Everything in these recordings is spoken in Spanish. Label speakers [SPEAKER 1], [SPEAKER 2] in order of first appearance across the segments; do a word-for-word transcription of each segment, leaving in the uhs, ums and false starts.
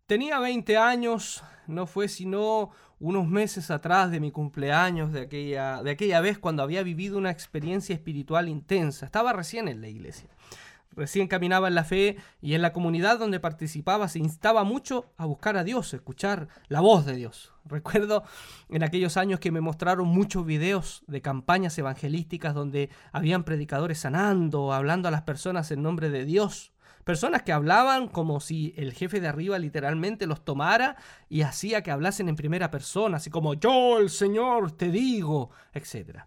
[SPEAKER 1] Tenía veinte años, no fue sino unos meses atrás de mi cumpleaños, de aquella, de aquella vez cuando había vivido una experiencia espiritual intensa. Estaba recién en la iglesia. Recién caminaba en la fe y en la comunidad donde participaba se instaba mucho a buscar a Dios, a escuchar la voz de Dios. Recuerdo en aquellos años que me mostraron muchos videos de campañas evangelísticas donde habían predicadores sanando, hablando a las personas en nombre de Dios. Personas que hablaban como si el jefe de arriba literalmente los tomara y hacía que hablasen en primera persona, así como yo, el Señor, te digo, etcétera.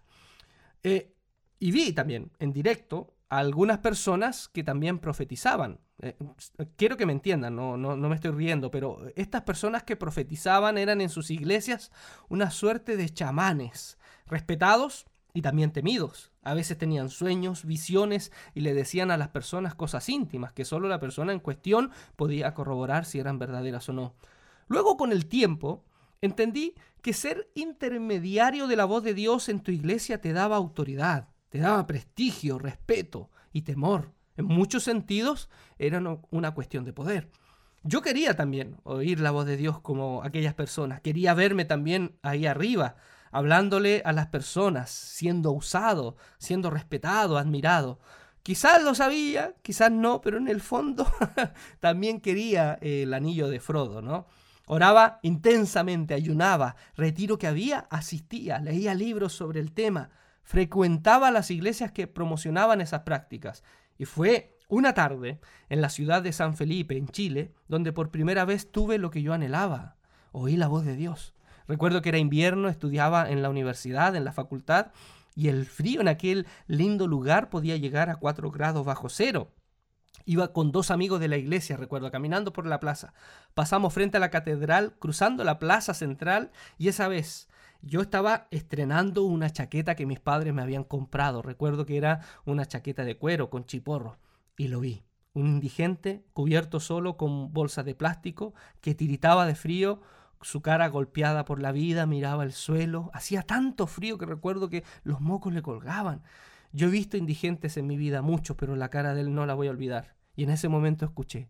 [SPEAKER 1] Eh, y vi también en directo a algunas personas que también profetizaban. Eh, quiero que me entiendan, no, no, no me estoy riendo, pero estas personas que profetizaban eran en sus iglesias una suerte de chamanes, respetados y también temidos. A veces tenían sueños, visiones y le decían a las personas cosas íntimas que solo la persona en cuestión podía corroborar si eran verdaderas o no. Luego, con el tiempo, entendí que ser intermediario de la voz de Dios en tu iglesia te daba autoridad, te daba prestigio, respeto y temor. En muchos sentidos era una cuestión de poder. Yo quería también oír la voz de Dios como aquellas personas. Quería verme también ahí arriba, hablándole a las personas, siendo usado, siendo respetado, admirado. Quizás lo sabía, quizás no, pero en el fondo también quería el anillo de Frodo, ¿no? Oraba intensamente, ayunaba, retiro que había, asistía, leía libros sobre el tema, frecuentaba las iglesias que promocionaban esas prácticas. Y fue una tarde en la ciudad de San Felipe, en Chile, donde por primera vez tuve lo que yo anhelaba. Oí la voz de Dios. Recuerdo que era invierno, estudiaba en la universidad, en la facultad, y el frío en aquel lindo lugar podía llegar a cuatro grados bajo cero. Iba con dos amigos de la iglesia, recuerdo, caminando por la plaza. Pasamos frente a la catedral, cruzando la plaza central, y esa vez yo estaba estrenando una chaqueta que mis padres me habían comprado. Recuerdo que era una chaqueta de cuero con chiporro, y lo vi. Un indigente cubierto solo con bolsas de plástico que tiritaba de frío, su cara golpeada por la vida, miraba el suelo. Hacía tanto frío que recuerdo que los mocos le colgaban. Yo he visto indigentes en mi vida, muchos, pero la cara de él no la voy a olvidar. Y en ese momento escuché,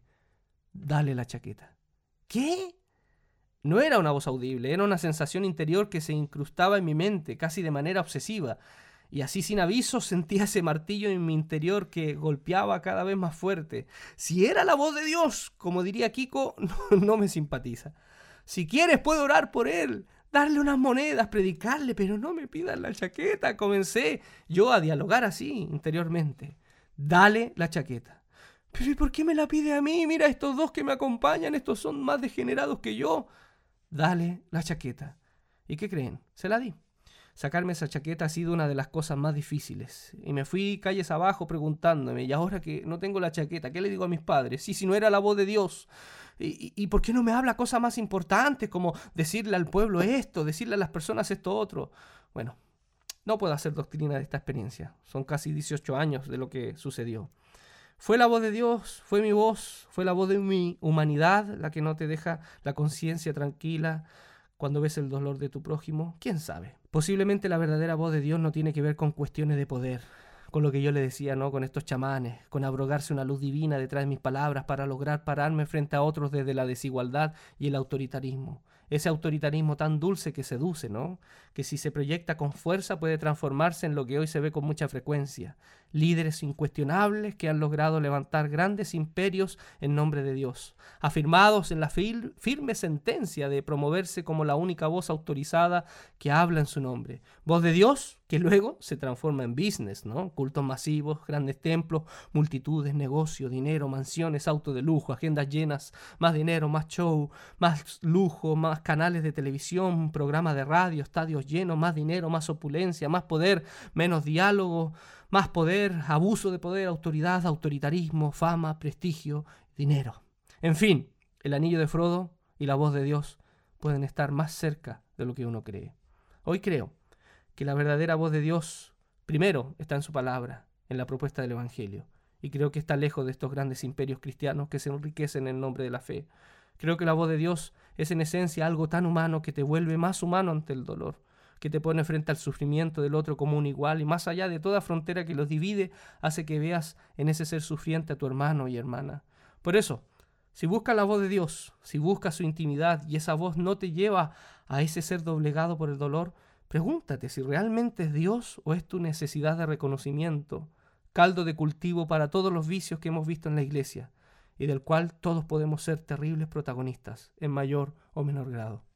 [SPEAKER 1] dale la chaqueta. ¿Qué? No era una voz audible, era una sensación interior que se incrustaba en mi mente, casi de manera obsesiva. Y así sin aviso sentía ese martillo en mi interior que golpeaba cada vez más fuerte. Si era la voz de Dios, como diría Kiko, no, no me simpatiza. Si quieres puedo orar por él, darle unas monedas, predicarle, pero no me pidas la chaqueta. Comencé yo a dialogar así interiormente. Dale la chaqueta. Pero ¿y por qué me la pide a mí? Mira, estos dos que me acompañan, estos son más degenerados que yo. Dale la chaqueta. ¿Y qué creen? Se la di. Sacarme esa chaqueta ha sido una de las cosas más difíciles. Y me fui calles abajo preguntándome, y ahora que no tengo la chaqueta, ¿qué le digo a mis padres? Y si no era la voz de Dios. ¿Y, y, y por qué no me habla cosas más importantes como decirle al pueblo esto, decirle a las personas esto otro? Bueno, no puedo hacer doctrina de esta experiencia. Son casi dieciocho años de lo que sucedió. Fue la voz de Dios, fue mi voz, fue la voz de mi humanidad la que no te deja la conciencia tranquila cuando ves el dolor de tu prójimo. ¿Quién sabe? Posiblemente la verdadera voz de Dios no tiene que ver con cuestiones de poder, con lo que yo le decía, ¿no? Con estos chamanes, con abrogarse una luz divina detrás de mis palabras para lograr pararme frente a otros desde la desigualdad y el autoritarismo. Ese autoritarismo tan dulce que seduce, ¿no? Que si se proyecta con fuerza puede transformarse en lo que hoy se ve con mucha frecuencia. Líderes incuestionables que han logrado levantar grandes imperios en nombre de Dios, afirmados en la fir- firme sentencia de promoverse como la única voz autorizada que habla en su nombre. Voz de Dios que luego se transforma en business, ¿no? Cultos masivos, grandes templos, multitudes, negocio, dinero, mansiones, autos de lujo, agendas llenas, más dinero, más show, más lujo, más canales de televisión, programas de radio, estadios llenos, más dinero, más opulencia, más poder, menos diálogo, más poder, abuso de poder, autoridad, autoritarismo, fama, prestigio, dinero. En fin, el anillo de Frodo y la voz de Dios pueden estar más cerca de lo que uno cree. Hoy creo que la verdadera voz de Dios, primero, está en su palabra, en la propuesta del Evangelio. Y creo que está lejos de estos grandes imperios cristianos que se enriquecen en nombre de la fe. Creo que la voz de Dios es en esencia algo tan humano que te vuelve más humano ante el dolor, que te pone frente al sufrimiento del otro como un igual y más allá de toda frontera que los divide, hace que veas en ese ser sufriente a tu hermano y hermana. Por eso, Si buscas la voz de Dios, si buscas su intimidad y esa voz no te lleva a ese ser doblegado por el dolor, pregúntate si realmente es Dios o es tu necesidad de reconocimiento, caldo de cultivo para todos los vicios que hemos visto en la iglesia y del cual todos podemos ser terribles protagonistas en mayor o menor grado.